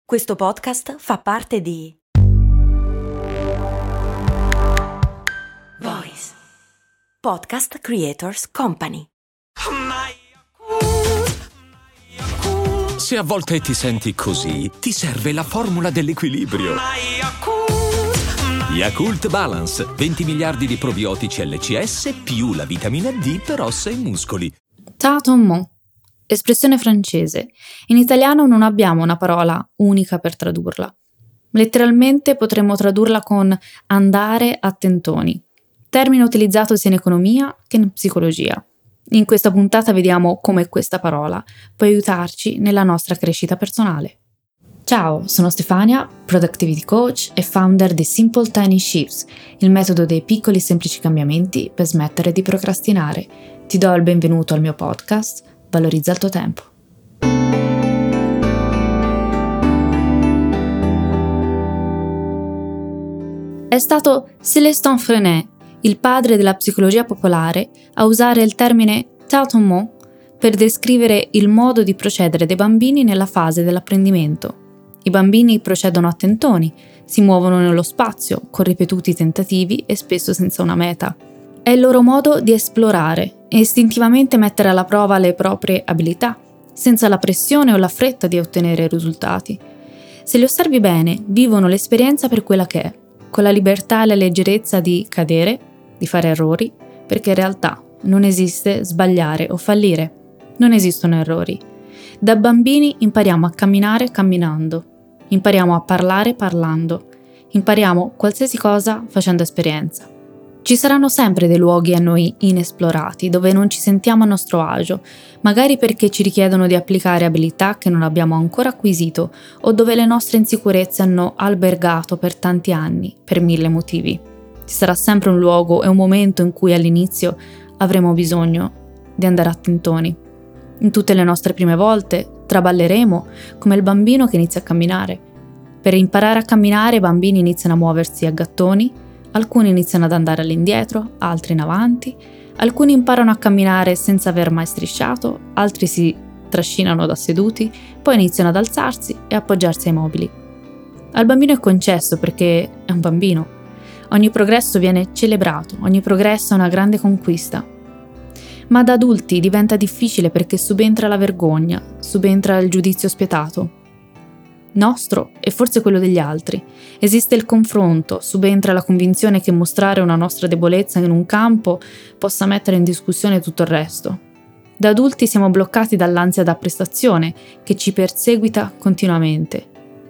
Questo podcast fa parte di Voice Podcast Creators Company. Se a volte ti senti così, ti serve la formula dell'equilibrio. Yakult Balance, 20 miliardi di probiotici LCS più la vitamina D per ossa e muscoli. Tâtonnement, espressione francese. In italiano non abbiamo una parola unica per tradurla. Letteralmente potremmo tradurla con andare a tentoni, termine utilizzato sia in economia che in psicologia. In questa puntata vediamo come questa parola può aiutarci nella nostra crescita personale. Ciao, sono Stefania, Productivity Coach e founder di Simple Tiny Shifts, il metodo dei piccoli semplici cambiamenti per smettere di procrastinare. Ti do il benvenuto al mio podcast, Valorizza il tuo tempo. È stato Célestin Freinet, il padre della psicologia popolare, a usare il termine tâtonnement per descrivere il modo di procedere dei bambini nella fase dell'apprendimento. I bambini procedono a tentoni, si muovono nello spazio, con ripetuti tentativi e spesso senza una meta. È il loro modo di esplorare e istintivamente mettere alla prova le proprie abilità, senza la pressione o la fretta di ottenere risultati. Se li osservi bene, vivono l'esperienza per quella che è, con la libertà e la leggerezza di cadere, di fare errori, perché in realtà non esiste sbagliare o fallire. Non esistono errori. Da bambini impariamo a camminare camminando, impariamo a parlare parlando, impariamo qualsiasi cosa facendo esperienza. Ci saranno sempre dei luoghi a noi inesplorati, dove non ci sentiamo a nostro agio, magari perché ci richiedono di applicare abilità che non abbiamo ancora acquisito o dove le nostre insicurezze hanno albergato per tanti anni, per 1000 motivi. Ci sarà sempre un luogo e un momento in cui all'inizio avremo bisogno di andare a tentoni. In tutte le nostre prime volte traballeremo come il bambino che inizia a camminare. Per imparare a camminare i bambini iniziano a muoversi a gattoni, alcuni iniziano ad andare all'indietro, altri in avanti, alcuni imparano a camminare senza aver mai strisciato, altri si trascinano da seduti, poi iniziano ad alzarsi e appoggiarsi ai mobili. Al bambino è concesso perché è un bambino. Ogni progresso viene celebrato, ogni progresso è una grande conquista. Ma da adulti diventa difficile perché subentra la vergogna, subentra il giudizio spietato. Nostro e forse quello degli altri. Esiste il confronto, subentra la convinzione che mostrare una nostra debolezza in un campo possa mettere in discussione tutto il resto. Da adulti siamo bloccati dall'ansia da prestazione che ci perseguita continuamente.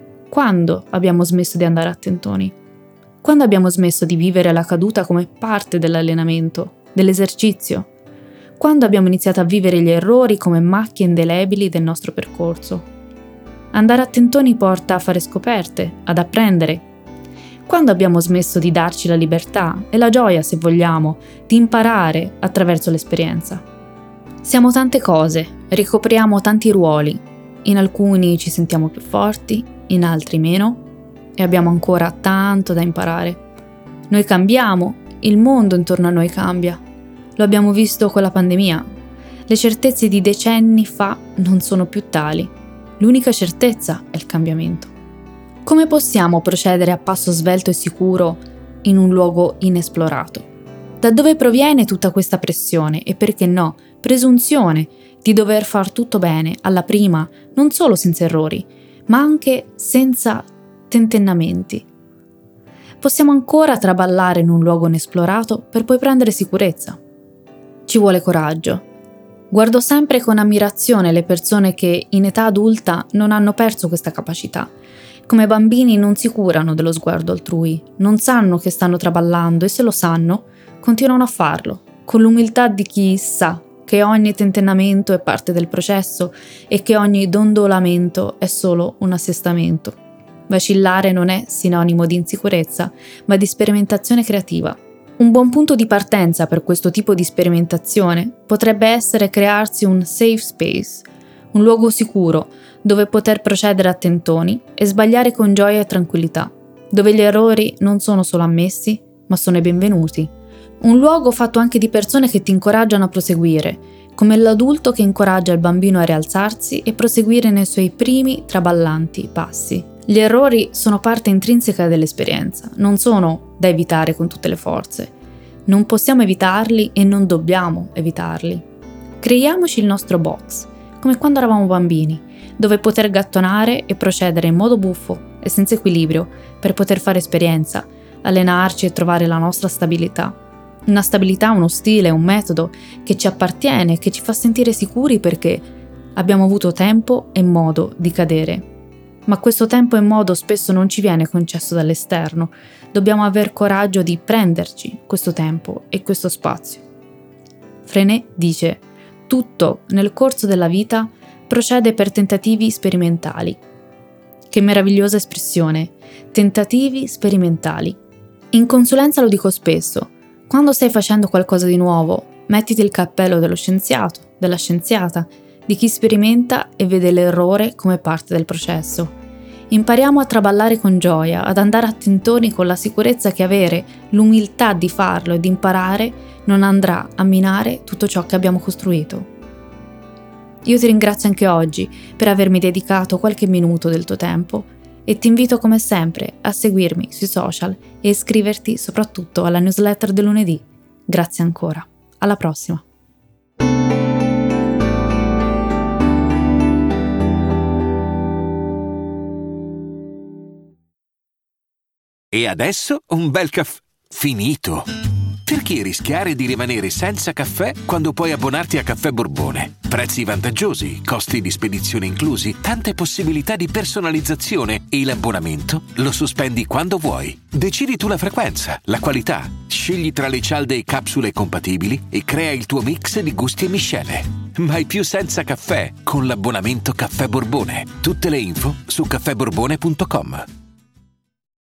Quando abbiamo smesso di andare a tentoni? Quando abbiamo smesso di vivere la caduta come parte dell'allenamento, dell'esercizio? Quando abbiamo iniziato a vivere gli errori come macchie indelebili del nostro percorso? Andare a tentoni porta a fare scoperte, ad apprendere. Quando abbiamo smesso di darci la libertà e la gioia, se vogliamo, di imparare attraverso l'esperienza? Siamo tante cose, ricopriamo tanti ruoli. In alcuni ci sentiamo più forti, in altri meno, e abbiamo ancora tanto da imparare. Noi cambiamo, il mondo intorno a noi cambia. Lo abbiamo visto con la pandemia. Le certezze di decenni fa non sono più tali. L'unica certezza è il cambiamento. Come possiamo procedere a passo svelto e sicuro in un luogo inesplorato? Da dove proviene tutta questa pressione e, perché no, presunzione di dover far tutto bene alla prima, non solo senza errori, ma anche senza tentennamenti? Possiamo ancora traballare in un luogo inesplorato per poi prendere sicurezza. Ci vuole coraggio. Guardo sempre con ammirazione le persone che in età adulta non hanno perso questa capacità. Come bambini non si curano dello sguardo altrui, non sanno che stanno traballando e se lo sanno, continuano a farlo, con l'umiltà di chi sa che ogni tentennamento è parte del processo e che ogni dondolamento è solo un assestamento. Vacillare non è sinonimo di insicurezza, ma di sperimentazione creativa. Un buon punto di partenza per questo tipo di sperimentazione potrebbe essere crearsi un safe space, un luogo sicuro dove poter procedere a tentoni e sbagliare con gioia e tranquillità, dove gli errori non sono solo ammessi, ma sono i benvenuti. Un luogo fatto anche di persone che ti incoraggiano a proseguire, come l'adulto che incoraggia il bambino a rialzarsi e proseguire nei suoi primi traballanti passi. Gli errori sono parte intrinseca dell'esperienza, non sono da evitare con tutte le forze. Non possiamo evitarli e non dobbiamo evitarli. Creiamoci il nostro box, come quando eravamo bambini, dove poter gattonare e procedere in modo buffo e senza equilibrio per poter fare esperienza, allenarci e trovare la nostra stabilità. Una stabilità, uno stile, un metodo che ci appartiene, che ci fa sentire sicuri perché abbiamo avuto tempo e modo di cadere. Ma questo tempo e modo spesso non ci viene concesso dall'esterno. Dobbiamo aver coraggio di prenderci questo tempo e questo spazio. Freinet dice: tutto nel corso della vita procede per tentativi sperimentali. Che meravigliosa espressione, tentativi sperimentali. In consulenza lo dico spesso, quando stai facendo qualcosa di nuovo, mettiti il cappello dello scienziato, della scienziata, di chi sperimenta e vede l'errore come parte del processo. Impariamo a traballare con gioia, ad andare a tentoni con la sicurezza che avere l'umiltà di farlo e di imparare non andrà a minare tutto ciò che abbiamo costruito. Io ti ringrazio anche oggi per avermi dedicato qualche minuto del tuo tempo e ti invito come sempre a seguirmi sui social e iscriverti soprattutto alla newsletter del lunedì. Grazie ancora. Alla prossima. E adesso un bel caffè finito. Perché rischiare di rimanere senza caffè quando puoi abbonarti a Caffè Borbone? Prezzi vantaggiosi, costi di spedizione inclusi, tante possibilità di personalizzazione e l'abbonamento lo sospendi quando vuoi. Decidi tu la frequenza, la qualità, scegli tra le cialde e capsule compatibili e crea il tuo mix di gusti e miscele. Mai più senza caffè con l'abbonamento Caffè Borbone. Tutte le info su caffèborbone.com.